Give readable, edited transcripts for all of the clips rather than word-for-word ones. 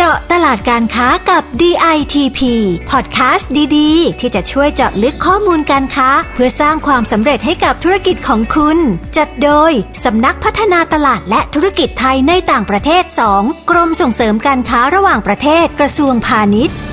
าะตลาดการค้ากับ DITP พอดแคสต์ดีๆที่จะช่วยเจาะลึกข้อมูลการค้าเพื่อสร้างความสำเร็จให้กับธุรกิจของคุณจัดโดยสำนักพัฒนาตลาดและธุรกิจไทยในต่างประเทศ 2 กรมส่งเสริมการค้าระหว่างประเทศกระทรวงพาณิชย์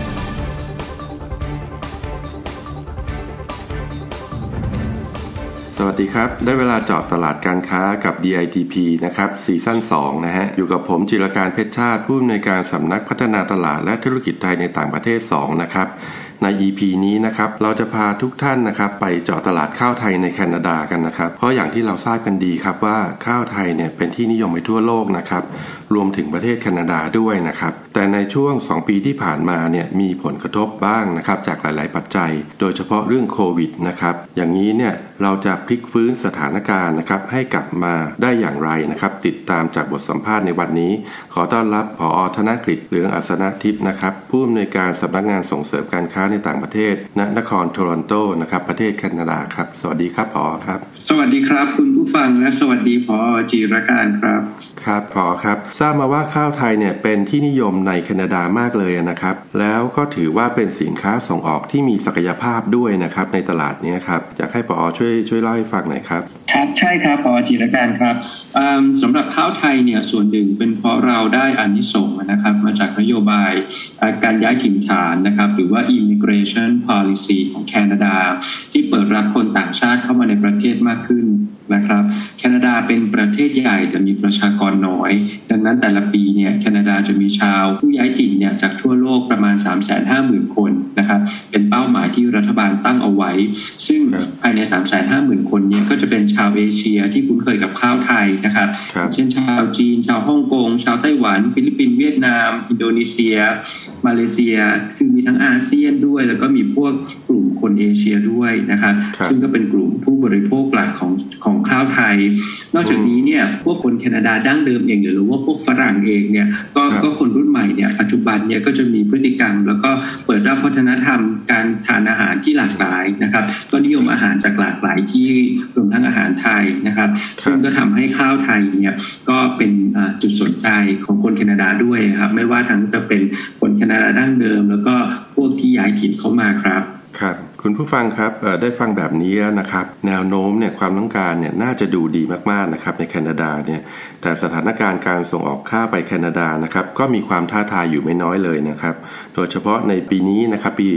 สวัสดีครับได้เวลาเจาะตลาดการค้ากับ DITP นะครับซีซั่น2นะฮะอยู่กับผมจิรการเพชรชาติผู้อำนวยการสำนักพัฒนาตลาดและธุรกิจไทยในต่างประเทศ2นะครับใน EP นี้นะครับเราจะพาทุกท่านนะครับไปเจาะตลาดข้าวไทยในแคนาดากันนะครับเพราะอย่างที่เราทราบกันดีครับว่าข้าวไทยเนี่ยเป็นที่นิยมไปทั่วโลกนะครับรวมถึงประเทศแคนาดาด้วยนะครับแต่ในช่วง2ปีที่ผ่านมาเนี่ยมีผลกระทบบ้างนะครับจากหลายๆปัจจัยโดยเฉพาะเรื่องโควิดนะครับอย่างนี้เนี่ยเราจะพลิกฟื้นสถานการณ์นะครับให้กลับมาได้อย่างไรนะครับติดตามจากบทสัมภาษณ์ในวันนี้ขอต้อนรับผอ.ธนกฤษ เหลืองอัศนทิพย์นะครับผู้อำนวยการสำนักงานส่งเสริมการค้าในต่างประเทศณนครโทรอนโตนะครับประเทศแคนาดาครับสวัสดีครับผอ.ครับสวัสดีครับคุณผู้ฟังและสวัสดีผอ.จิรการครับครับผอ.ครับทราบมาว่าข้าวไทยเนี่ยเป็นที่นิยมในแคนาดามากเลยนะครับแล้วก็ถือว่าเป็นสินค้าส่งออกที่มีศักยภาพด้วยนะครับในตลาดนี้ครับอยากให้ผอ.ช่วยเล่าให้ฟังหน่อยครับครับใช่ครับผอ.จิรการครับสำหรับข้าวไทยเนี่ยส่วนหนึ่งเป็นเพราะเราได้อานิสงส์นะครับมาจากนโยบายการย้ายถิ่นฐานนะครับหรือว่า immigration policy ของแคนาดาที่เปิดรับคนต่างชาติเข้ามาในประเทศมากขึ้นนะครับแคนาดาเป็นประเทศใหญ่แต่มีประชากรน้อยดังนั้นแต่ละปีเนี่ยแคนาดาจะมีชาวผู้ย้ายถิ่นเนี่ยจากทั่วโลกประมาณ 350,000 คนนะครับเป็นเป้าหมายที่รัฐบาลตั้งเอาไว้ซึ่งภายใน 350,000 คนเนี่ยก็จะเป็นชาวเอเชียที่คุ้นเคยกับข้าวไทยนะครับเช่นชาวจีนชาวฮ่องกงชาวไต้หวันฟิลิปปินส์เวียดนามอินโดนีเซียมาเลเซียคือมีทั้งอาเซียนด้วยแล้วก็มีพวกกลุ่มคนเอเชียด้วยนะครับซึ่งก็เป็นกลุ่มผู้บริโภคหลักของข้าวไทยนอกจากนี้เนี่ยพวกคนแคนาดาดั้งเดิมเองหรือว่าพวกฝรั่งเองเนี่ยก็คนรุ่นใหม่เนี่ยปัจจุบันเนี่ยก็จะมีพฤติกรรมแล้วก็เปิดรับวัฒนธรรมการทานอาหารที่หลากหลายนะครับก็นิยมอาหารจากหลากหลายที่รวมทั้งอาหารไทยนะครับซึ่งก็ทำให้ข้าวไทยเนี่ยก็เป็นจุดสนใจของคนแคนาดาด้วยครับไม่ว่าทั้งจะเป็นคนแคนาดาดั้งเดิมแล้วก็พวกที่ย้ายถิ่นเข้ามาครับครับคุณผู้ฟังครับได้ฟังแบบนี้แล้วนะครับแนวโน้มเนี่ยความต้องการเนี่ยน่าจะดูดีมากๆนะครับในแคนาดาเนี่ยแต่สถานการณ์การส่งออกข้าวไปแคนาดานะครับก็มีความท้าทายอยู่ไม่น้อยเลยนะครับโดยเฉพาะในปีนี้นะครับปี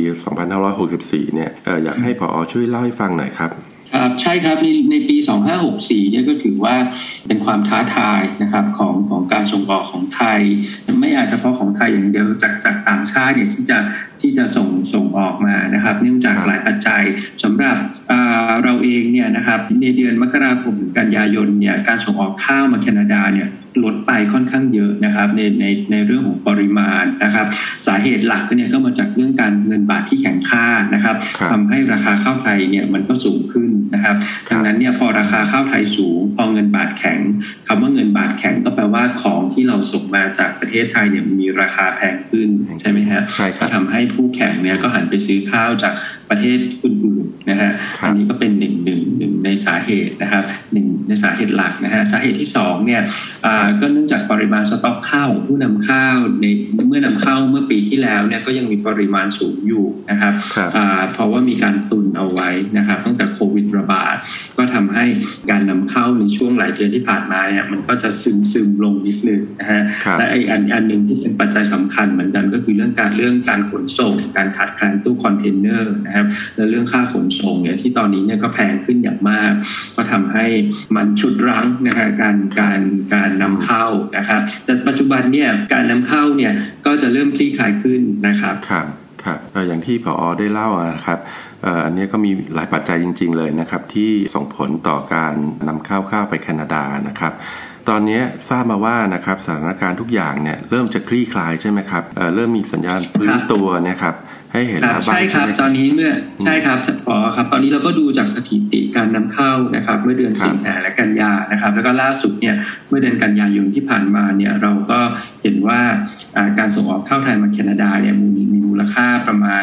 2564เนี่ยอยากให้ผอ.ช่วยเล่าให้ฟังหน่อยครับครับใช่ครับในปี2564เนี่ยก็ถือว่าเป็นความท้าทายนะครับของการส่งออกของไทยไม่อาจเฉพาะของไทยอย่างเดียวจากต่างชาติเนี่ยที่จะส่งออกมานะครับเนื่องจากหลายปัจจัยสำหรับเราเองเนี่ยนะครับในเดือนมกราคมถึงกันยายนเนี่ยการส่งออกข้าวมาแคนาดาเนี่ยลดไปค่อนข้างเยอะนะครับในเรื่องของปริมาณนะครับสาเหตุหลักเนี่ยก็มาจากเรื่องการเงินบาทที่แข็งค่านะครับทำให้ราคาข้าวไทยเนี่ยมันก็สูงขึ้นนะครับดังนั้นเนี่ยพอราคาข้าวไทยสูงพอเงินบาทแข็งคำว่าเงินบาทแข็งก็แปลว่าของที่เราส่งมาจากประเทศไทยเนี่ยมีราคาแพงขึ้นใช่ไหมฮะก็ทำให้ผู้แข่งเนี่ยก็หันไปซื้อข้าวจากประเทศอื่นๆนะฮะอันนี้ก็เป็นหนึ่งในสาเหตุนะครับหนึ่งในสาเหตุหลักนะฮะสาเหตุที่2เนี่ยก็เนื่องจากปริมาณสต็อกข้าวของผู้นำข้าวในเมื่อนำเข้าเมื่อปีที่แล้วเนี่ยก็ยังมีปริมาณสูงอยู่นะครับเพราะว่ามีการตุนเอาไว้นะครับตั้งแต่โควิดระบาดก็ทำให้การนำเข้าในช่วงหลายเดือนที่ผ่านมาเนี่ยมันก็จะซึมลงนิดนึงนะฮะและอันหนึ่งที่เป็นปัจจัยสำคัญเหมือนกันก็คือเรื่องการขนส่งการขาดแคลนตู้คอนเทนเนอร์นะครับและเรื่องค่าขนส่งเนี่ยที่ตอนนี้เนี่ยก็แพงขึ้นอย่างมากก็ทำให้มันฉุดรั้งนะฮะการนำเข้านะครับแต่ปัจจุบันเนี่ยการนำเข้าเนี่ยก็จะเริ่มคลี่คลายขึ้นนะครับครับอย่างที่ผอ.ได้เล่านะครับอันนี้ก็มีหลายปัจจัยจริงๆเลยนะครับที่ส่งผลต่อการนำข้าวไปแคนาดานะครับตอนนี้ทราบมาว่านะครับสถานการณ์ทุกอย่างเนี่ยเริ่มจะคลี่คลายใช่ไหมครับเริ่มมีสัญญาณฟื้นตัวนะครับให้เห็นแล้วบ้างใช่ครับตอนนี้ใช่ครับผอ.ครับตอนนี้เราก็ดูจากสถิติการนำเข้านะครับเมื่อเดือนสิงหาและกันยานะครับแล้วก็ล่าสุดเนี่ยเมื่อเดือนกันยายนที่ผ่านมาเนี่ยเราก็เห็นว่าการส่งออกข้าวไทยมาแคนาดาเนี่ยมีมูลค่าประมาณ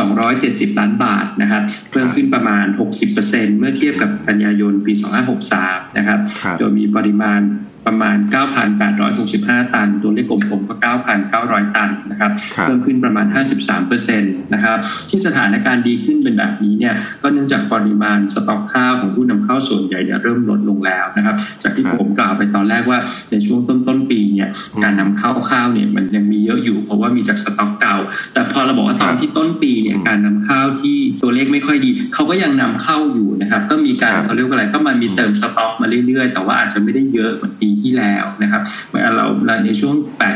270ล้านบาทนะครับเพิ่มขึ้นประมาณ 60% เมื่อเทียบกับกันยายนปี2563นะครับโดยมีปริมาณประมาณ 9,865 ตันตัวเลขกลมๆก็ 9,900 ตันนะครับเพิ่มขึ้นประมาณ 53% นะครับที่สถานการณ์ดีขึ้นเป็นแบบนี้เนี่ยก็เนื่องจากปริมาณสต็อกข้าวของผู้นำเข้าส่วนใหญ่เนี่ยเริ่มลดลงแล้วนะครับจากที่ผมกล่าวไปตอนแรกว่าในช่วงต้นปีเนี่ยการนำเข้าข้าวเนี่ยมันยังมีเยอะอยู่เพราะว่ามีจากสต็อกเก่าแต่พอเราบอกว่าตอนที่ต้นปีเนี่ยการนำเข้าที่ตัวเลขไม่ค่อยดีเขาก็ยังนำเข้าอยู่นะครับก็มีการเขาเรียกว่าอะไรก็มันมีเติมสต็อกมาเรื่อยๆแต่ว่าอาจจะไม่ได้เยอะเหมือนปีที่แล้วนะครับเราในช่วง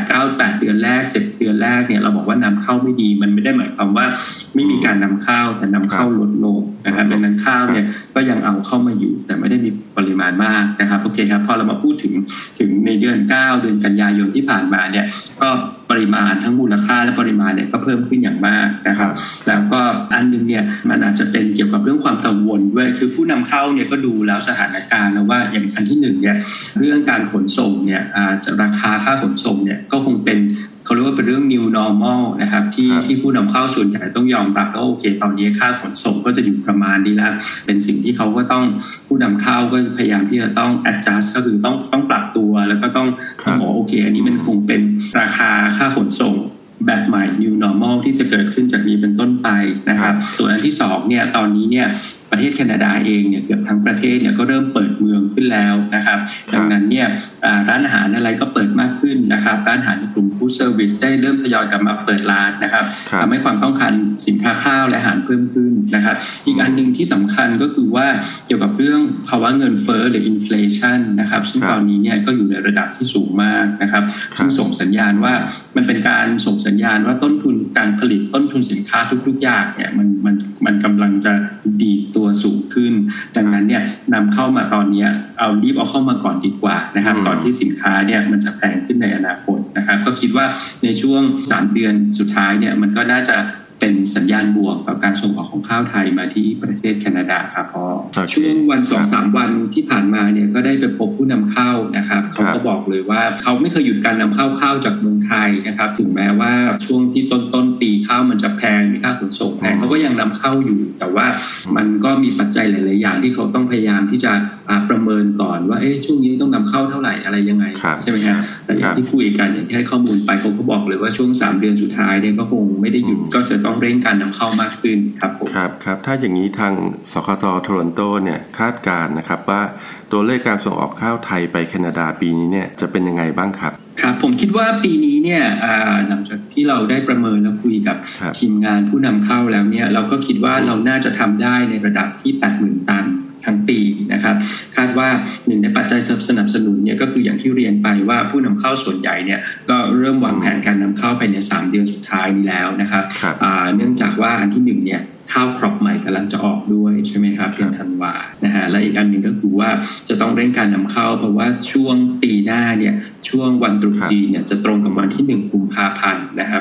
8 เดือนแรก 7 เดือนแรกเนี่ยเราบอกว่านำเข้าไม่ดีมันไม่ได้หมายความว่าไม่มีการนำเข้าแต่นำเข้าลดลงนะครับดังนั้นข้าวเนี่ยก็ยังเอาเข้ามาอยู่แต่ไม่ได้มีปริมาณมากนะครับโอเคครับพอเรามาพูดถึงในเดือน9เดือนกันยายนที่ผ่านมาเนี่ยก็ปริมาณทั้งมูลค่าและปริมาณเนี่ยก็เพิ่มขึ้นอย่างมากนะครับแล้วก็อันนึงเนี่ยมันอาจจะเป็นเกี่ยวกับเรื่องความกังวลด้วยคือผู้นำเข้าเนี่ยก็ดูแล้วสถานการณ์แล้วว่าอย่างอันที่1เนี่ยเรื่องการขนส่งเนี่ยจะราคาค่าขนส่งเนี่ยก็คงเป็นเขาเรียกว่าเป็นเรื่อง new normal นะครับที่ผู้นำเข้าส่วนใหญ่ต้องยอมรับว่าโอเคตอนนี้ค่าขนส่งก็จะอยู่ประมาณนี้แล้วเป็นสิ่งที่เขาก็ต้องผู้นำเข้าก็พยายามที่จะต้อง adjust ก็คือต้องปรับตัวแล้วก็ต้องบอกโอเคอันนี้มันคงเป็นราคาค่าขนส่งแบบใหม่ new normal ที่จะเกิดขึ้นจากนี้เป็นต้นไปนะครับส่วนอันที่2เนี่ยตอนนี้เนี่ยประเทศแคนาดาเองเนี่ยเกือบทั้งประเทศเนี่ยก็เริ่มเปิดเมืองขึ้นแล้วนะครับดังนั้นเนี่ยร้านอาหารอะไรก็เปิดมากขึ้นนะครับร้านอาหารในกลุ่ม food service ได้เริ่มทยอยกลับมาเปิดร้านนะครับทำให้ความต้องการสินค้าข้าวและอาหารเพิ่มขึ้นนะครับอีกอันนึงที่สำคัญก็คือว่าเกี่ยวกับเรื่องภาวะเงินเฟ้อหรือ inflation นะครับซึ่งตอนนี้เนี่ยก็อยู่ในระดับที่สูงมากนะครับซึ่งส่งสัญญาณว่ามันเป็นการส่งสัญญาณว่าต้นทุนการผลิตต้นทุนสินค้าทุกๆอย่างเนี่ยมันกำลังจะดีตัวสูงขึ้นดังนั้นเนี่ยนำเข้ามาตอนนี้รีบเอาเข้ามาก่อนดีกว่านะครับก่อนที่สินค้าเนี่ยมันจะแพงขึ้นในอนาคตนะครับก็คิดว่าในช่วง3เดือนสุดท้ายเนี่ยมันก็น่าจะเป็นสัญญาณบวกกับการส่งออกของข้าวไทยมาที่ประเทศแคนาดาครับพอช่วงวัน 2-3 วันที่ผ่านมาเนี่ยก็ได้ไปพบผู้นำเข้านะครับเขาก็บอกเลยว่าเขาไม่เคยหยุดการนำเข้าข้าวจากเมืองไทยนะครับถึงแม้ว่าช่วงที่ต้นปีข้าวมันจะแพงมีค่าขนส่งแพงเขาก็ยังนำเข้าอยู่แต่ว่ามันก็มีปัจจัยหลายๆอย่างที่เขาต้องพยายามที่จะประเมินก่อนว่าช่วงนี้ต้องนำเข้าเท่าไหร่อะไรยังไงใช่ไหมครับแต่อย่างที่คุยกันอย่างที่ให้ข้อมูลไปเขาก็บอกเลยว่าช่วง3เดือนสุดท้ายเนี่ยก็คงไม่ได้หยุดก็จะต้องเร่งการนำเข้ามากขึ้นครับผมครับถ้าอย่างนี้ทางสคท.โทรอนโตเนี่ยคาดการณ์นะครับว่าตัวเลขการส่งออกข้าวไทยไปแคนาดาปีนี้เนี่ยจะเป็นยังไงบ้างครับครับผมคิดว่าปีนี้เนี่ยหลังจากที่เราได้ประเมินแล้วคุยกับทีมงานผู้นำเข้าแล้วเนี่ยเราก็คิดว่าเราน่าจะทำได้ในระดับที่ 80,000 ตันทั้งปีนะครับคาดว่าหนึ่งในปัจจัยสนับสนุนเนี่ยก็คืออย่างที่เรียนไปว่าผู้นำเข้าส่วนใหญ่เนี่ยก็เริ่มวางแผนการนำเข้าไปใน3เดือนสุดท้ายนี้แล้วนะครับเนื่องจากว่าอันที่1เนี่ยข้าวครอปใหม่กำลังจะออกด้วยใช่ไหมครับเดือนธันวานะฮะและอีกอันหนึ่งก็คือว่าจะต้องเร่งการนำเข้าเพราะว่าช่วงปีหน้าเนี่ยช่วงวันตรุษจีนเนี่ยจะตรงกับวันที่1กุมภาพันธ์นะครับ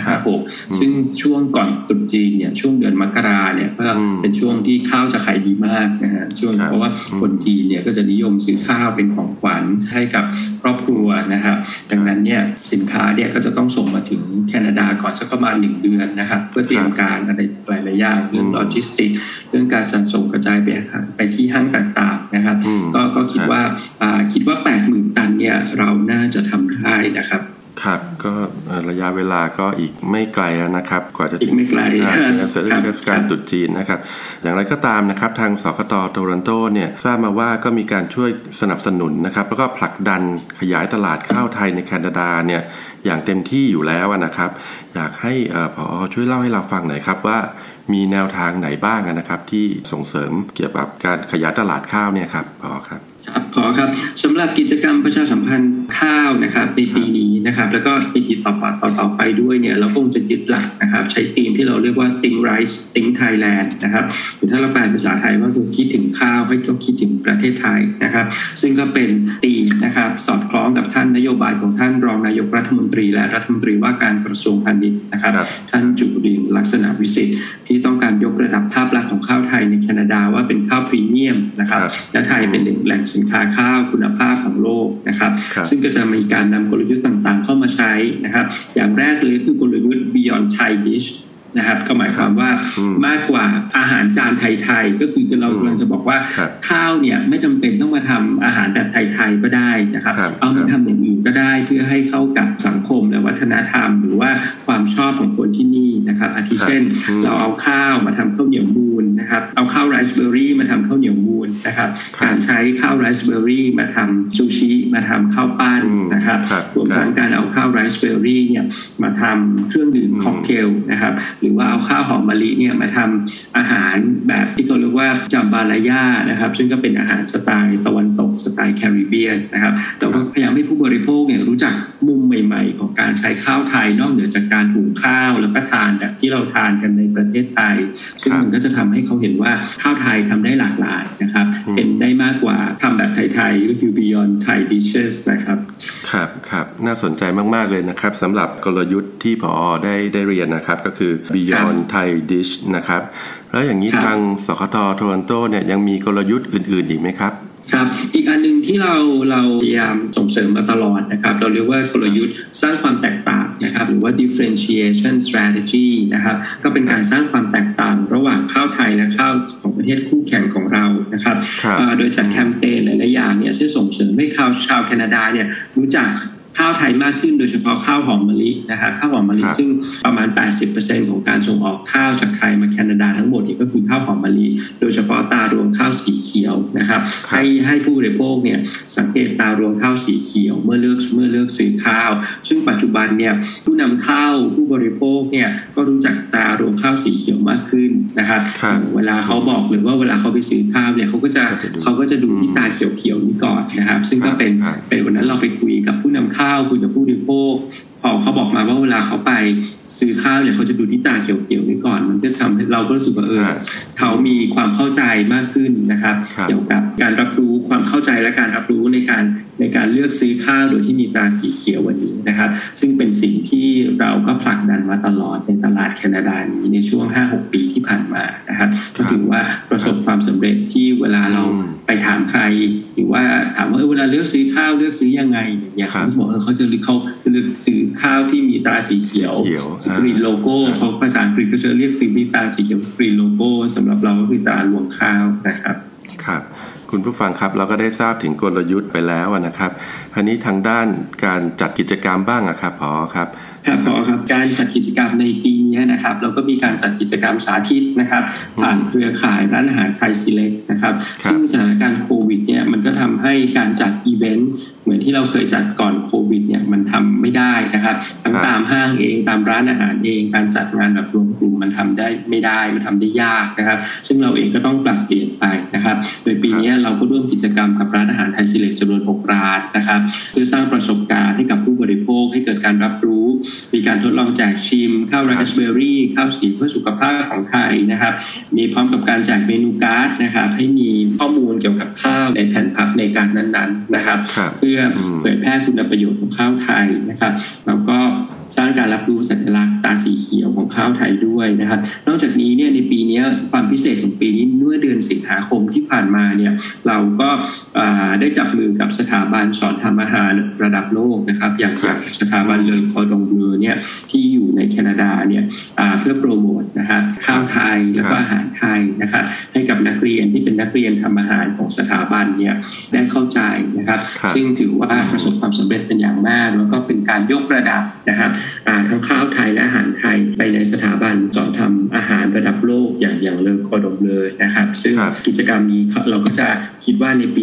2556ซึ่งช่วงก่อนตรุษจีนเนี่ยช่วงเดือนมกราเนี่ยก็เป็นช่วงที่ข้าวจะขายดีมากนะฮะช่วงเพราะว่าคนจีนเนี่ยก็จะนิยมซื้อข้าวเป็นของขวัญให้กับครอบครัวนะครับดังนั้นเนี่ยสินค้าเนี่ยก็จะต้องส่งมาถึงแคนาดาก่อนสักประมาณ1เดือนนะครับเพื่อเตรียมการอะไรหลายๆอย่างเรื่องโลจิสติกเรื่องการจัดส่งกระจายไปที่ห้างต่างๆนะครับก็คิดว่า 80,000 ตันเนี่ยเราน่าจะทำได้นะครับครับก็ระยะเวลาก็อีกไม่ไกลแล้วนะครับกว่าจะถึงเทศกาลตรุษจีนนะครับอย่างไรก็ตามนะครับทางสคท.โทรอนโตเนี่ยทราบมาว่าก็มีการช่วยสนับสนุนนะครับแล้วก็ผลักดันขยายตลาดข้าวไทยในแคนาดาเนี่ยอย่างเต็มที่อยู่แล้วนะครับอยากให้ผอ.ช่วยเล่าให้เราฟังหน่อยครับว่ามีแนวทางไหนบ้างนะครับที่ส่งเสริมเกี่ยวกับการขยายตลาดข้าวเนี่ยครับผอ.ครับพอครับสำหรับกิจกรรมประชาสัมพันธ์ข้าวนะครับในปีนี้นะครับแล้วก็ปีต่อไปด้วยเนี่ยเราคงจะยึดหลักนะครับใช้ธีมที่เราเรียกว่า Think Rice Think Thailand นะครับหรือถ้าเราแปลภาษาไทยว่าคือคิดถึงข้าวให้ก็คิดถึงประเทศไทยนะครับซึ่งก็เป็นธีมนะครับสอดคล้องกับท่านนโยบายของท่านรองนายกรัฐมนตรีและรัฐมนตรีว่าการกระทรวงพาณิชย์นะครับท่านจุรินทร์ลักษณะวิสิทธิ์ที่ต้องการยกระดับภาพลักษณ์ของข้าวไทยในแคนาดาว่าเป็นข้าวพรีเมียมนะครับและไทยเป็นแหล่งสินค้าข้าวคุณภาพของโลกนะครับซึ่งก็จะมีการนำกลยุทธ์ต่างๆเข้ามาใช้นะครับอย่างแรกเลยคือกลยุทธ์ Beyond Thai Dish นะครับก็หมายความว่ามากกว่าอาหารจานไทยๆก็คือเรากำลังจะบอกว่าข้าวเนี่ยไม่จำเป็นต้องมาทำอาหารแบบไทยๆก็ได้นะครับเอามาทำอย่างอื่นก็ได้เพื่อให้เข้ากับสังคมและวัฒนธรรมหรือว่าความชอบของคนที่นี่นะครับอาทิเช่นเราเอาข้าวมาทำข้าวเหนียวมูนนะครับเอาข้าวไรซ์เบอร์รี่มาทำข้าวเหนียวมูนนะครับการใช้ข้าวไรซ์เบอร์รี่มาทำซูชิมาทำข้าวปั้นนะครับรวมทั้งการเอาข้าวไรซ์เบอร์รี่เนี่ยมาทำเครื่องดื่มค็อกเทลนะครับหรือว่าเอาข้าวหอมมะลิเนี่ยมาทำอาหารแบบที่เขาเรียกว่าจัมบาลายานะครับซึ่งก็เป็นอาหารสไตล์ตะวันตกสไตล์แคริบเบียนนะครับเราก็พยายามให้ผู้บริโภคเนี่ยรู้จักมุมใหม่ๆของการใช้ข้าวไทยนอกเหนือจากการหุงข้าวแล้วก็ทานแบบที่เราทานกันในประเทศไทยซึ่งมันก็จะทำให้เขาเห็นว่าข้าวไทยทำได้หลากหลายนะครับเป็นได้มากกว่าทำแบบไทยๆก็คือ Beyond Thai Dishes นะครับครับน่าสนใจมากๆเลยนะครับสำหรับกลยุทธ์ที่ผอได้เรียนนะครับก็คือ Beyond Thai Dish นะครับแล้วอย่างนี้ทางสคท.โทรอนโตเนี่ยยังมีกลยุทธ์อื่นๆอีกไหมครับครับอีกอันนึงที่เราพยายามส่งเสริมมาตลอดนะครับเราเรียกว่ากลยุทธ์สร้างความแตกต่างนะครับหรือว่า differentiation strategy นะครับก็เป็นการสร้างความแตกต่างระหว่างข้าวไทยและข้าวของประเทศคู่แข่งของเรานะครับโดยจัดแคมเปญหลายๆอย่างเนี่ยที่ส่งเสริมให้ชาวแคนาดาเนี่ยรู้จักข้าวไทยมากขึ้นโดยเฉพาะข้าวหอมมะลินะครับข้าวหอมมะลิซึ่งประมาณ 80% ของการส่งออกข้าวจากไทยมาแคนาดาทั้งหมดนี่ก็คือข้าวหอมมะลิโดยเฉพาะตารวงข้าวสีเขียวนะครับให้ผู้บริโภคเนี่ยสังเกตตารวงข้าวสีเขียวเมื่อเลือกซื้อข้าวซึ่งปัจจุบันเนี่ยผู้นำเข้าผู้บริโภคเนี่ยก็รู้จักตารวงข้าวสีเขียวมากขึ้นนะครับเวลาเขาบอกหรือว่าเวลาเขาไปซื้อข้าวเนี่ยเขาก็จะดูที่ตาเขียวๆนี้ก่อนนะครับซึ่งก็เป็นวันนั้นเราไปคุยกับผู้นำเข้าคุยกับผู้บริโภคพอเขาบอกมาว่าเวลาเขาไปซื้อข้าวเนี่ยเขาจะดูที่ตาเขียวๆนี้ก่อนมันก็ทำให้เราก็รู้สึกว่าเขามีความเข้าใจมากขึ้นนะครับเกี่ยวกับการรับรู้ความเข้าใจและการรับรู้ในการเลือกซื้อข้าวโดยที่มีตาสีเขียววันนี้นะครับซึ่งเป็นสิ่งที่เราก็ผลักดันมาตลอดในตลาดแคนาดานี้ในช่วง 5-6 ปีที่ผ่านมานะครับก็ถือว่าประสบความสำเร็จที่เวลาเราไปถามใครหรือว่าถามว่าเวลาเลือกซื้อข้าวเลือกซื้อยังไงอย่างเขาบอกเขาจะเลือกซื้อข้าวที่มีตราสีเขียวกรีนโลโก้เขาภาษาอังกฤษก็จะเรียกซื้อมีตราสีเขียวกรีนโลโก้สำหรับเราก็คือตรารวงข้าวนะครับครับคุณผู้ฟังครับเราก็ได้ทราบถึงกลยุทธ์ไปแล้วนะครับคราวนี้ทางด้านการจัดกิจกรรมบ้างครับผอครับผอครับการจัดกิจกรรมในปีนี้นะครับเราก็มีการจัดกิจกรรมสาธิตนะครับผ่านเครือข่ายร้านอาหารไทยซีเล็กนะครับซึ่งสถานการณ์โควิดเนี่ยมันก็ทำให้การจัดอีเวนต์เหมือนที่เราเคยจัดก่อนโควิดเนี่ยมันทำไม่ได้นะครับทั้งตามห้างเองตามร้านอาหารเองการจัดงานแบบรวมกลุ่มมันทำได้ไม่ได้มันทำได้ยากนะครับซึ่งเราเองก็ต้องปรับเปลี่ยนไปนะครับโดยปีนี้เราก็ร่วมกิจกรรมกับร้านอาหารไทยซีเล็กจำนวน6ร้านนะครับเพื่อสร้างประสบการณ์ให้กับผู้บริโภคให้เกิดการรับรู้มีการทดลองแจกชิมข้าวไรซ์เบอร์รี่ข้าวสีเพื่อสุขภาพของไทยนะครับมีพร้อมกับการแจกเมนูการ์ดนะครับให้มีข้อมูลเกี่ยวกับข้าวในแผ่นพับในการนั้นๆนะครับเพื่อเผยแพร่คุณประโยชน์ของข้าวไทยนะครับแล้วก็สร้างการรับรู้สัญลักษณ์ตาสีเขียวของข้าวไทยด้วยนะครับนอกจากนี้เนี่ยในปีนี้ความพิเศษของปีนี้เมื่อเดือนสิงหาคมที่ผ่านมาเนี่ยเราก็ได้จับมือกับสถาบันสอนทำอาหารระดับโลกนะครับอย่างสถาบันเลอคอร์ดองเบลอเนี่ยที่อยู่ในแคนาดาเนี่ยเพื่อโปรโมทนะครับข้าวไทยแล้วก็อาหารไทยนะครับให้กับนักเรียนที่เป็นนักเรียนทำอาหารของสถาบันเนี่ยได้เข้าใจนะครับซึ่งถือว่าประสบความสำเร็จเป็นอย่างมากแล้วก็เป็นการยกระดับนะครับทั้งข้าวไทยและอาหารไทยไปในสถาบันสอนทำอาหารระดับโลกอย่างเลอคอร์ดองเบลอนะครับซึ่งกิจกรรมนี้เราก็จะคิดว่าในปี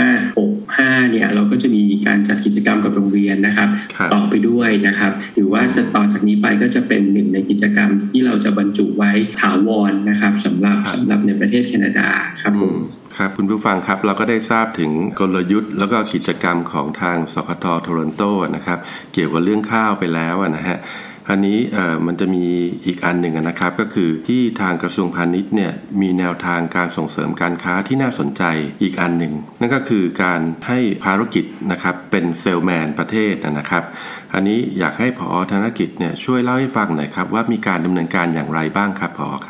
2565เนี่ยเราก็จะมีการจัดกิจกรรมกับโรงเรียนนะครับต่อไปด้วยนะครับหรือว่าจะต่อจากนี้ไปก็จะเป็นหนึ่งในกิจกรรมที่เราจะบรรจุไว้ถาวรนะครับสำหรับในประเทศแคนาดาครับผมครับคุณผู้ฟังครับเราก็ได้ทราบถึงกลยุทธ์แล้วก็กิจกรรมของทางสคท.โทรอนโตนะครับเกี่ยวกับเรื่องข้าวไปแล้วนะฮะคราวนี้มันจะมีอีกอันหนึ่งนะครับก็คือที่ทางกระทรวงพาณิชย์เนี่ยมีแนวทางการส่งเสริมการค้าที่น่าสนใจอีกอันหนึ่งนั่นก็คือการให้ภารกิจนะครับเป็นเซลแมนประเทศนะครับอันนี้อยากให้ผอ.ธนกิจเนี่ยช่วยเล่าให้ฟังหน่อยครับว่ามีการดำเนินการอย่างไรบ้างครับผอ.ครับ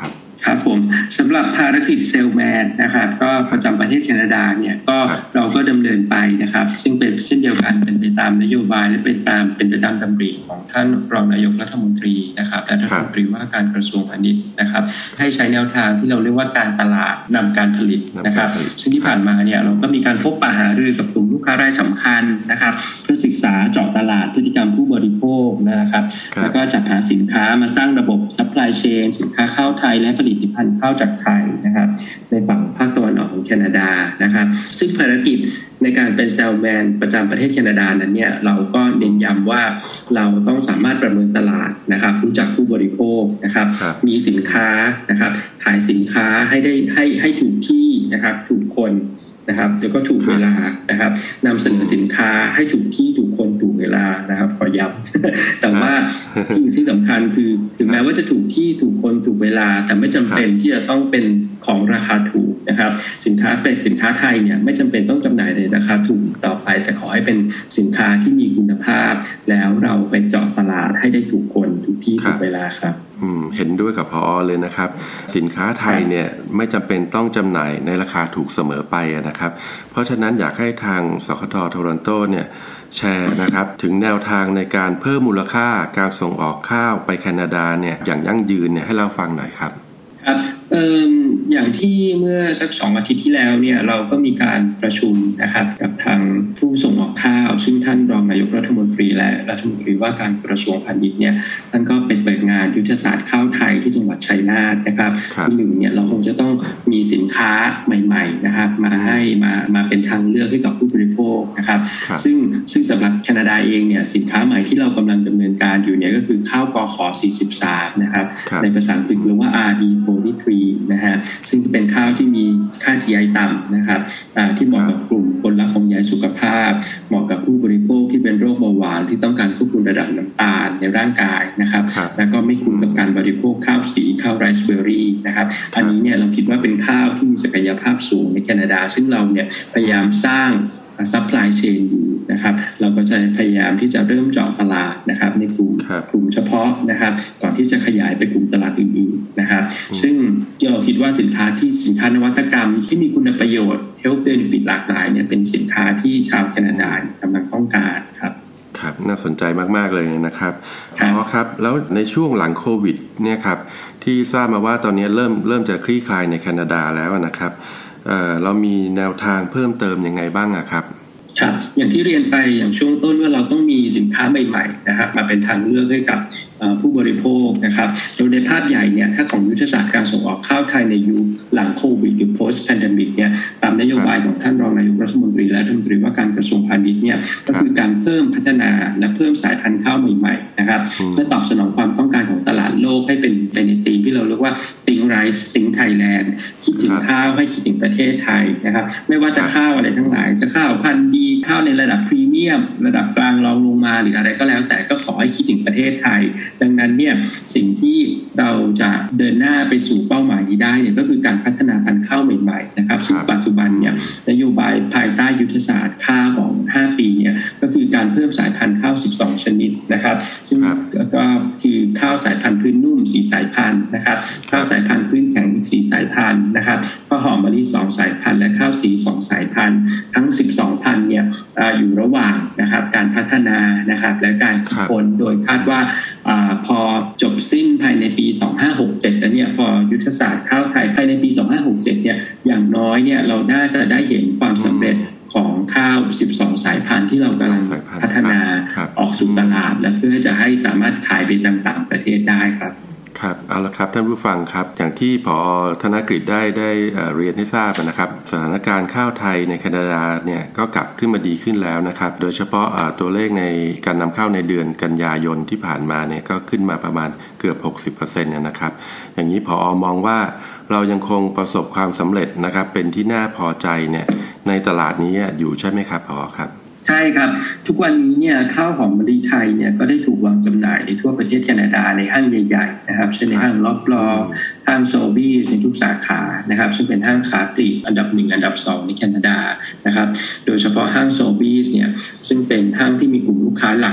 ครับผมสำหรับภารกิจเซลแมนนะครับก็ประจำประเทศแคนาดาเนี่ยก็เราก็ดำเนินไปนะครับซึ่งเป็นเช่นเดียวกันเป็นไปตามนโยบายและเป็นไปตามดำริของท่านรองนายกรัฐมนตรีนะครับและรัฐมนตรีว่าการกระทรวงพาณิชย์นะครับให้ใช้แนวทางที่เราเรียกว่าการตลาดนำการผลิตนะครับซึ่งที่ผ่านมาเนี่ยเราก็มีการพบปะหารือกับกลุ่มลูกค้ารายสำคัญนะครับเพื่อศึกษาเจาะตลาดพฤติกรรมผู้บริโภคนะครับแล้วก็จัดหาสินค้ามาสร้างระบบซัพพลายเชนสินค้าเข้าไทยและผลิตภัณฑ์เข้าจากไทยนะครับในฝั่งภาคตะวันออกของแคนาดานะครับซึ่งภารกิจในการเป็นเซลแมนประจำประเทศแคนาดานั้นเนี่ยเราก็เน้นย้ำว่าเราต้องสามารถประเมินตลาดนะครับรู้จักผู้บริโภคนะครับมีสินค้านะครับขายสินค้าให้ถูกที่นะครับถูกคนนะครับแล้วก็ถูกเวลานะครับนำเสนอสินค้าให้ถูกที่ถูกคนถูกเวลานะครับขอย้ำ แต่ว่าสิ่งที่สำคัญคือถึงแม้ว่าจะถูกที่ถูกคนถูกเวลาแต่ไม่จำเป็นที่จะต้องเป็นของราคาถูกนะครับสินค้าไทยเนี่ยไม่จำเป็นต้องจำหน่ายในราคาถูกต่อไปแต่ขอให้เป็นสินค้าที่มีคุณภาพแล้วเราไปเจาะตลาดให้ได้ถูกคนถูกที่ถูกเวลาครับเห็นด้วยกับผอ.เลยนะครับสินค้าไทยเนี่ยไม่จำเป็นต้องจำหน่ายในราคาถูกเสมอไปนะครับเพราะฉะนั้นอยากให้ทางสคท.โทรอนโตเนี่ยแชร์นะครับถึงแนวทางในการเพิ่มมูลค่าการส่งออกข้าวไปแคนาดาเนี่ยอย่างยั่งยืนเนี่ยให้เราฟังหน่อยครับครับอย่างที่เมื่อสัก2 อาทิตย์ที่แล้วเนี่ยเราก็มีการประชุมนะครับกับทางผู้ส่งออกข้าวซึ่งท่านรองนายกรัฐมนตรีและรัฐมนตรีว่าการกระทรวงพาณิชย์เนี่ยท่านก็เป็นเปิดงานยุทธศาสตร์ข้าวไทยที่จังหวัดชัยนาทนะครับที่หนึ่งเนี่ยเราคงจะต้องมีสินค้าใหม่ๆนะครับมาเป็นทางเลือกให้กับผู้บริโภคนะครับซึ่งสำหรับแคนาดาเองเนี่ยสินค้าใหม่ที่เรากำลังดำเนินการอยู่เนี่ยก็คือข้าวกข43นะครับในภาษาอังกฤษเรียกว่า RD43 นะฮะซึ่งเป็นข้าวที่มีค่า GI ต่ำนะครับที่เหมาะกับกลุ่มคนรักห่วงใยสุขภาพเหมาะกับผู้บริโภคที่เป็นโรคเบาหวานที่ต้องการควบคุมระดับน้ำตาลในร่างกายนะครับแล้วก็ไม่คุ้นกับการบริโภคข้าวสีข้าวไรซ์เบอร์รี่นะครับอันนี้เนี่ยเราคิดว่าเป็นข้าวที่มีศักยภาพสูงในแคนาดาซึ่งเราเนี่ยพยายามสร้างซัพพลายเชนอยู่นะครับเราก็จะพยายามที่จะเริ่มเจาะตลาดนะครับในกลุ่มเฉพาะนะครับก่อนที่จะขยายไปกลุ่มตลาดอื่นๆนะครับซึ่งเราคิดว่าสินค้านวัตกรรมที่มีคุณประโยชน์ health benefit หลากหลายเนี่ยเป็นสินค้าที่ชาวแคนาดากำลังต้องการครับครับน่าสนใจมากๆเลยนะครับครับแล้วในช่วงหลังโควิดเนี่ยครับที่ทราบมาว่าตอนนี้เริ่มจะคลี่คลายในแคนาดาแล้วนะครับเรามีแนวทางเพิ่มเติมยังไงบ้างครับครับอย่างที่เรียนไปอย่างช่วงต้นว่าเราต้องมีสินค้าใหม่ๆนะครับมาเป็นทางเลือกให้กับผู้บริโภคนะครับโดยในภาพใหญ่เนี่ยถ้าของยุทธศาสตร์การส่งออกข้าวไทยในยุคหลังโควิดหรือ post pandemic เนี่ยตามนโยบายของท่านรองนายกรัฐมนตรีและรัฐมนตรีว่าการกระทรวงพาณิชย์เนี่ยก็คือการเพิ่มพัฒนาและเพิ่มสายพันธุ์ข้าวใหม่ๆนะครับเพื่อตอบสนองความต้องการของตลาดโลกให้เป็นไปในธีมที่เราเรียกว่า Think Rice Think Thailand คิดถึงข้าวให้คิดถึงประเทศไทยนะครับไม่ว่าจะข้าวอะไรทั้งหลายจะข้าวพันธุ์ดีข้าวในระดับพรีเมียมระดับกลางรองลงมาหรืออะไรก็แล้วแต่ก็ขอให้คิดถึงประเทศไทยดังนั้นเนี่ยสิ่งที่เราจะเดินหน้าไปสู่เป้าหมายนี้ได้เนี่ยก็คือการพัฒนาพันธุ์ข้าวใหม่ๆนะครับซึ่งปัจจุบันเนี่ยนโยบายภายใต้ยุทธศาสตร์ข้าวของ5ปีเนี่ยก็คือการเพิ่มสายพันธุ์ข้าว12ชนิดนะครับซึ่งก็คือข้าวสายพันธุ์พื้นนุ่ม4สายพันธุ์นะครับข้าวสายพันธุ์พื้นแข็ง4สายพันธุ์นะครับข้าวหอมมะลิ2สายพันธุ์และข้าวสี2สายพันธุ์ทั้ง12พันธุ์เนี่ยอยู่ระหว่างนะครับการพัฒนานะครับและการคิดค้นโดยคาดว่าพอจบสิ้นภายในปี2567แล้วเนี่ยพอยุทธศาสตร์ข้าวไทยภายในปี2567เนี่ยอย่างน้อยเนี่ยเราน่าจะได้เห็นความสำเร็จของข้าว12สายพันธุ์ที่เรากำลังพัฒนาออกสู่ตลาดและเพื่อจะให้สามารถขายไปต่างประเทศได้ครับครับเอาละครับท่านผู้ฟังครับอย่างที่ผอ.ธนกฤษได้เรียนให้ทราบนะครับสถานการณ์ข้าวไทยในแคนาดาเนี่ยก็กลับขึ้นมาดีขึ้นแล้วนะครับโดยเฉพาะตัวเลขในการนำเข้าในเดือนกันยายนที่ผ่านมาเนี่ยก็ขึ้นมาประมาณเกือบ 60% นะครับอย่างนี้ผอ.มองว่าเรายังคงประสบความสำเร็จนะครับเป็นที่น่าพอใจเนี่ยในตลาดนี้อยู่ใช่ไหมครับผอ.ครับใช่ครับทุกวันนี้เนี่ยข้าวหอมมะลิไทยเนี่ยก็ได้ถูกวางจำหน่ายในทั่วประเทศแคนาดาในห้างใหญ่ๆนะครับเช่นในห้างล็อบลอห้างโซบี้ในทุกสาขานะครับซึ่งเป็นห้างค้าปลีกอันดับ1อันดับ2ในแคนาดานะครับโดยเฉพาะห้างโซบี้เนี่ยซึ่งเป็นห้างที่มีกลุ่มลูกค้าหลักเป็น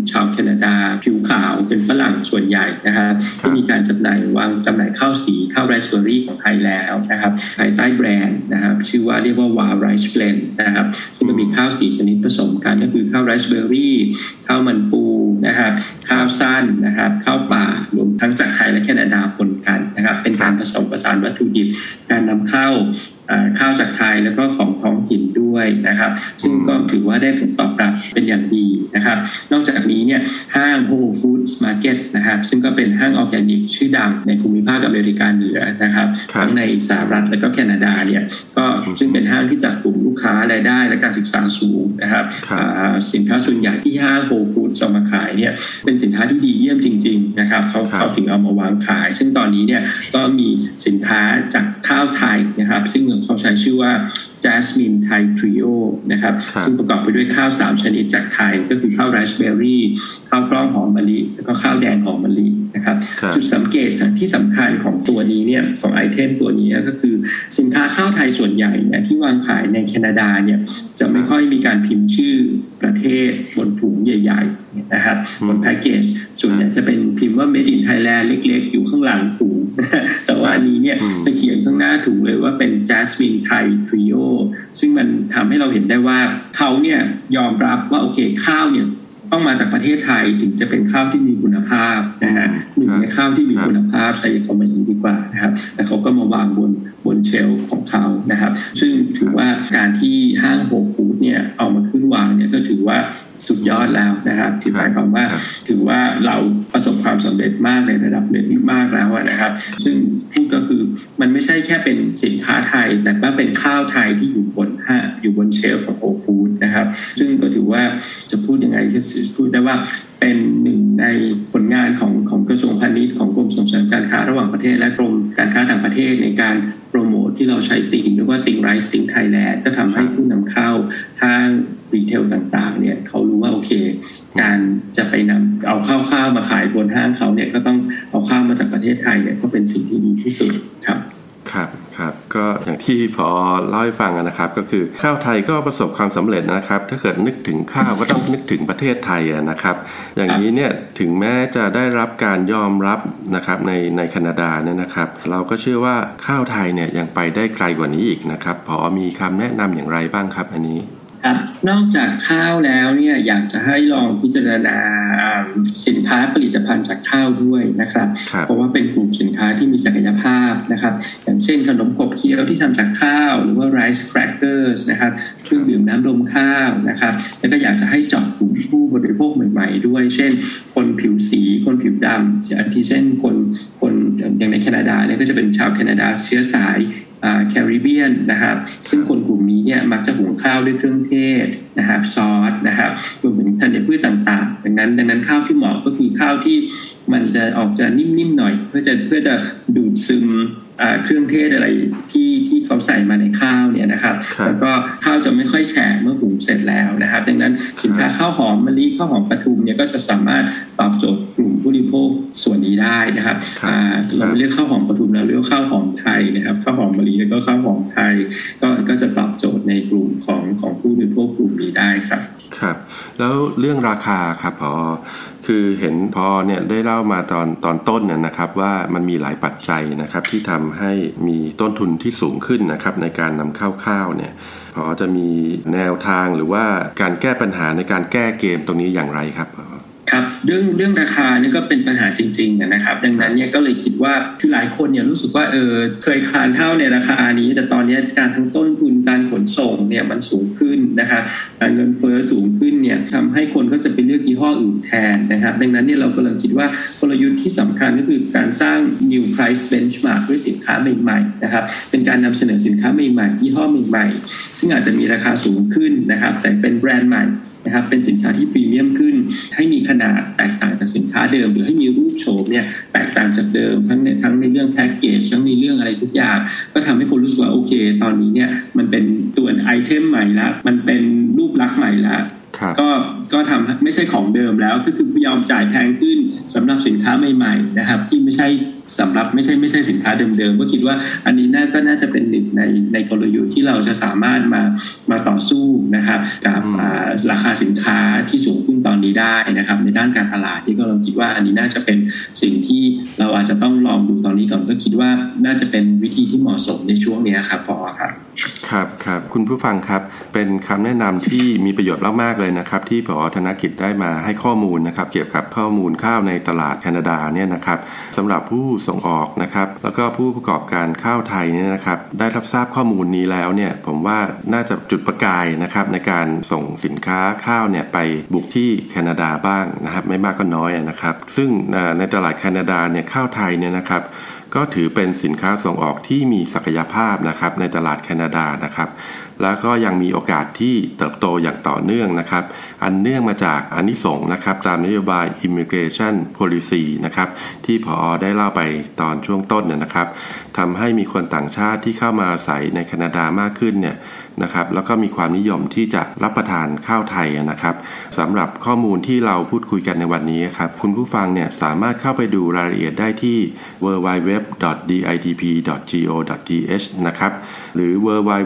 ชาวแคนาดาผิวขาวเป็นฝรั่งส่วนใหญ่นะครับที่มีการจำหน่ายจำหน่ายข้าวสีข้าวไรซ์เบอร์รี่ของไทยแล้วนะครับภายใต้แบรนด์นะครับชื่อว่าเรียกว่า WOW Rice Blend นะครับซึ่งมันมีข้าวสีชนิดผสมกันก็คือข้าวไรซ์เบอร์รี่ข้าวมันปูนะครับข้าวสั้นนะครับข้าวป่ารวมทั้งจากไทยและแคนาดาปนกันนะครับเป็นการผสมผสานวัตถุดิบการนำเข้าข้าวจากไทยแล้วก็ของท้องถิ่นด้วยนะครับซึ่งก็ถือว่าได้ผลตอบรับเป็นอย่างดีนะครับนอกจากนี้เนี่ยห้าง Whole Foods Market นะครับซึ่งก็เป็นห้างออร์แกนิกชื่อดังในภูมิภาคอเมริกาเหนือนะครับทั้งในสหรัฐและก็แคนาดาเนี่ยก็ซึ่งเป็นห้างที่จับกลุ่มลูกค้ารายได้และการศึกษาสูงนะครับสินค้าส่วนใหญ่ที่ห้าง Whole Foods เอามาขายเนี่ยเป็นสินค้าที่ดีเยี่ยมจริงๆนะครับเขาถึงเอามาวางขายซึ่งตอนนี้เนี่ยก็มีสินค้าจากข้าวไทยนะครับซึ่งเขาใช้ชื่อว่า Jasmine Thai Trio นะครับซึ่งประกอบไปด้วยข้าว3ชนิดจากไทยก็คือข้าวไรซ์เบอร์รี่ข้าวกล้องหอมมะลิแล้วก็ข้าวแดงหอมมะลินะครับจุดสังเกตที่สำคัญของตัวนี้เนี่ยของไอเทมตัวนี้ก็คือสินค้าข้าวไทยส่วนใหญ่เนี่ยที่วางขายในแคนาดาเนี่ยจะไม่ค่อยมีการพิมพ์ชื่อประเทศบนถุงใหญ่ๆนะครับบนแพ็กเกจส่วนใหญ่จะเป็นพิมพ์ว่า Made in Thailand เล็กๆอยู่ข้างหลังถุงแต่ว่าอันนี้เนี่ยจะเขียนข้างหน้าถุงเลยว่าเป็น Jasmine Thai Trio ซึ่งมันทำให้เราเห็นได้ว่าเขาเนี่ยยอมรับว่าโอเคข้าวเนี่ยต้องมาจากประเทศไทยถึงจะเป็นข้าวที่มีคุณภาพนะฮะหนึ่งในข้าวที่มีคุณภาพใช้คำว่าอย่างนี้ดีกว่านะครับแต่เขาก็มาวางบนเชลฟ์ของเขานะครับซึ่งถือว่าการที่ห้าง Whole Foods เนี่ยเอามาขึ้นวางเนี่ยก็ถือว่าสุดยอดแล้วนะครับที่หมายความว่าถือว่าเราประสบความสำเร็จมากในระดับหนึ่งมากแล้วนะครับซึ่งพูดก็คือมันไม่ใช่แค่เป็นสินค้าไทยแต่ว่าเป็นข้าวไทยที่อยู่บนเชลฟ์ของ Whole Foods นะครับซึ่งก็ถือว่าจะพูดยังไงพูดได้ว่าเป็นหนึ่งในผลงานของกระทรวงพาณิชย์ของกรมส่งเสริมการค้าระหว่างประเทศและกรมการค้าต่างประเทศในการโปรโมทที่เราใช้ติ่งหรือว่าติ่งไรซ์ติ่งไทยแลนด์ก็ทำให้ผู้นำเข้าทางรีเทลต่างๆเนี่ยเขารู้ว่าโอเคการจะไปนำเอาข้าวมาขายบนห้างเขาเนี่ยก็ต้องเอาข้าวมาจากประเทศไทยเนี่ยก็เป็นสิ่งที่ดีที่สุดครับครับก็อย่างที่พอเล่าให้ฟังนะครับก็คือข้าวไทยก็ประสบความสำเร็จนะครับถ้าเกิดนึกถึงข้าวก็ต้องนึกถึงประเทศไทยนะครับอย่างนี้เนี่ยถึงแม้จะได้รับการยอมรับนะครับในแคนาดาเนี่ยนะครับเราก็เชื่อว่าข้าวไทยเนี่ยยังไปได้ไกลกว่านี้อีกนะครับพอมีคำแนะนำอย่างไรบ้างครับอันนี้ครับนอกจากข้าวแล้วเนี่ยอยากจะให้ลองพิจารณาสินค้าผลิตภัณฑ์จากข้าวด้วยนะครับเพราะว่าเป็นกลุ่มสินค้าที่มีศักยภาพนะครับอย่างเช่นขนมขบเคี้ยวที่ทำจากข้าวหรือว่า rice crackers นะครับเครื่องดื่มน้ำดมข้าวนะครับแล้วก็อยากจะให้เจาะกลุ่มผู้บริโภคใหม่ๆด้วยเช่นคนผิวสีคนผิวดำอย่างที่เช่นคนอย่างในแคนาดาเนี่ยก็จะเป็นชาวแคนาดาเชื้อสายแคริบเบียนนะครับซึ่งคนกลุ่มนี้เนี่ยมักจะหุงข้าวด้วยเครื่องเทศนะครับซอสนะครับรวมถึงธัญพืชต่างๆดังนั้นข้าวที่เหมาะก็คือข้าวที่มันจะออกจะนิ่มๆหน่อยเพื่อจะดูดซึมเครื่องเทศอะไรที่เขาใส่มาในข้าวเนี่ยนะครับแล้วก็ข้าวจะไม่ค่อยแฉะเมื่อหุงเสร็จแล้วนะครับดังนั้นสินค้าข้าวหอมมะลิข้าวหอมปทุมเนี่ยก็จะสามารถตอบโจทย์กลุ่มผู้บริโภคส่วนนี้ได้นะครับเราเรียกข้าวหอมปทุมเราเรียกข้าวหอมไทยนะครับข้าวหอมมะลิแล้วก็ข้าวหอมไทยก็จะตอบโจทย์ในกลุ่มของผู้บริโภคกลุ่มนี้ได้ครับครับแล้วเรื่องราคาครับพอคือเห็นพอเนี่ยได้เล่ามาตอนต้นเนี่ยนะครับว่ามันมีหลายปัจจัยนะครับที่ทำให้มีต้นทุนที่สูงขึ้นนะครับในการนำเข้าข้าวเนี่ยพอจะมีแนวทางหรือว่าการแก้ปัญหาในการแก้เกมตรงนี้อย่างไรครับครับเรื่องราคานี่ก็เป็นปัญหาจริงๆนะครับดังนั้นเนี่ยก็เลยคิดว่าคือหลายคนเนี่ยรู้สึกว่าเคยทานข้าวในราคานี้แต่ตอนนี้การทั้งต้นทุนการขนส่งเนี่ยมันสูงขึ้นนะครับเงินเฟ้อสูงขึ้นเนี่ยทำให้คนก็จะไปเลือกยี่ห้ออื่นแทนนะครับดังนั้นเนี่ยเรากำลังคิดว่ากลยุทธ์ที่สำคัญก็คือการสร้าง new price benchmark ด้วยสินค้าใหม่ๆนะครับเป็นการนำเสนอสินค้าใหม่ๆยี่ห้อใหม่ๆซึ่งอาจจะมีราคาสูงขึ้นนะครับแต่เป็นแบรนด์ใหม่นะครับเป็นสินค้าที่พรีเมียมขึ้นให้มีขนาดแตกต่างจากสินค้าเดิมหรือให้มีรูปโฉมเนี่ยแตกต่างจากเดิมทั้งในเรื่องแพ็กเกจทั้งในเรื่องอะไรทุกอย่างก็ทำให้คนรู้สึกว่าโอเคตอนนี้เนี่ยมันเป็นตัวไอเทมใหม่ละมันเป็นรูปลักษณ์ใหม่ละก็ทำไม่ใช่ของเดิมแล้วก็คือยอมจ่ายแพงขึ้นสำหรับสินค้าใหม่ๆนะครับที่ไม่ใช่สำหรับไม่ใช่สินค้าเดิมๆก็คิดว่าอันนี้ก็น่าจะเป็นหนึ่งในกลยุทธ์ที่เราจะสามารถมาต่อสู้นะครับกับราคาสินค้าที่สูงขึ้นตอนนี้ได้นะครับในด้านการตลาดที่ก็เราคิดว่าอันนี้น่าจะเป็นสิ่งที่เราอาจจะต้องลองดูตอนนี้ก่อนก็คิดว่าน่าจะเป็นวิธีที่เหมาะสมในช่วงนี้ครับพอครับครับคุณผู้ฟังครับเป็นคำแนะนำที่มีประโยชน์มากๆเลยนะครับที่ผอ.ธนกิจได้มาให้ข้อมูลนะครับเกี่ยวกับข้อมูลข้าวในตลาดแคนาดาเนี่ยนะครับสำหรับผู้ส่งออกนะครับแล้วก็ผู้ประกอบการข้าวไทยเนี่ยนะครับได้รับทราบข้อมูลนี้แล้วเนี่ยผมว่าน่าจะจุดประกายนะครับในการส่งสินค้าข้าวเนี่ยไปบุกที่แคนาดาบ้างนะครับไม่มากก็น้อยนะครับซึ่งในตลาดแคนาดาเนี่ยข้าวไทยเนี่ยนะครับก็ถือเป็นสินค้าส่งออกที่มีศักยภาพนะครับในตลาดแคนาดานะครับแล้วก็ยังมีโอกาสที่เติบโตอย่างต่อเนื่องนะครับอันเนื่องมาจากอานิสงส์นะครับตามนโยบาย Immigration Policy นะครับที่ผอ.ได้เล่าไปตอนช่วงต้นเนี่ยนะครับทำให้มีคนต่างชาติที่เข้ามาอาศัยในแคนาดามากขึ้นเนี่ยนะครับแล้วก็มีความนิยมที่จะรับประทานข้าวไทยนะครับสำหรับข้อมูลที่เราพูดคุยกันในวันนี้ครับคุณผู้ฟังเนี่ยสามารถเข้าไปดูรายละเอียดได้ที่ www.ditp.go.th นะครับหรือ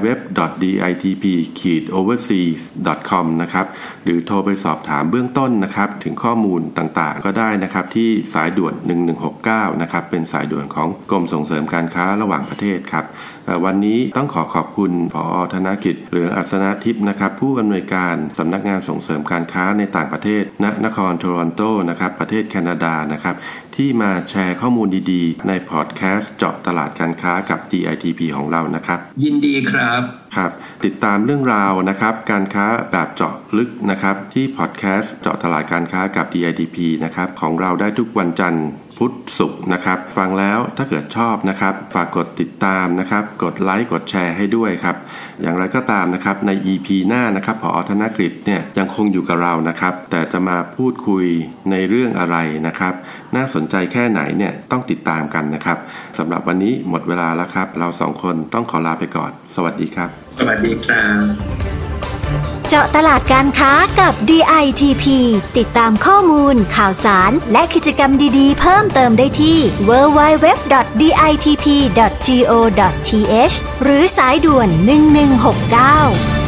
www.ditp-overseas.com นะครับหรือโทรไปสอบถามเบื้องต้นนะครับถึงข้อมูลต่างๆก็ได้นะครับที่สายด่วน1169นะครับเป็นสายด่วนของกรมส่งเสริมการค้าระหว่างประเทศครับวันนี้ต้องขอบคุณผอ.ธนกิจเหลืองอัศนทิพย์นะครับผู้อำนวยการสำนักงานส่งเสริมการค้าในต่างประเทศณนครโทรอนโตนะครับประเทศแคนาดานะครับที่มาแชร์ข้อมูลดีๆในพอดแคสต์เจาะตลาดการค้ากับ DITP ของเรานะครับยินดีครับติดตามเรื่องราวนะครับการค้าแบบเจาะลึกนะครับที่พอดแคสต์เจาะตลาดการค้ากับ DITP นะครับของเราได้ทุกวันจันทร์พุธศุกร์นะครับฟังแล้วถ้าเกิดชอบนะครับฝากกดติดตามนะครับกดไลค์กดแชร์ให้ด้วยครับอย่างไรก็ตามนะครับใน EP หน้านะครับผอ.ธนกฤษเนี่ยยังคงอยู่กับเรานะครับแต่จะมาพูดคุยในเรื่องอะไรนะครับน่าสนใจแค่ไหนเนี่ยต้องติดตามกันนะครับสำหรับวันนี้หมดเวลาแล้วครับเราสองคนต้องขอลาไปก่อนสวัสดีครับสวัสดีครับเจาะตลาดการค้ากับ DITP ติดตามข้อมูลข่าวสารและกิจกรรมดีๆเพิ่มเติมได้ที่ www.ditp.go.th หรือสายด่วน1169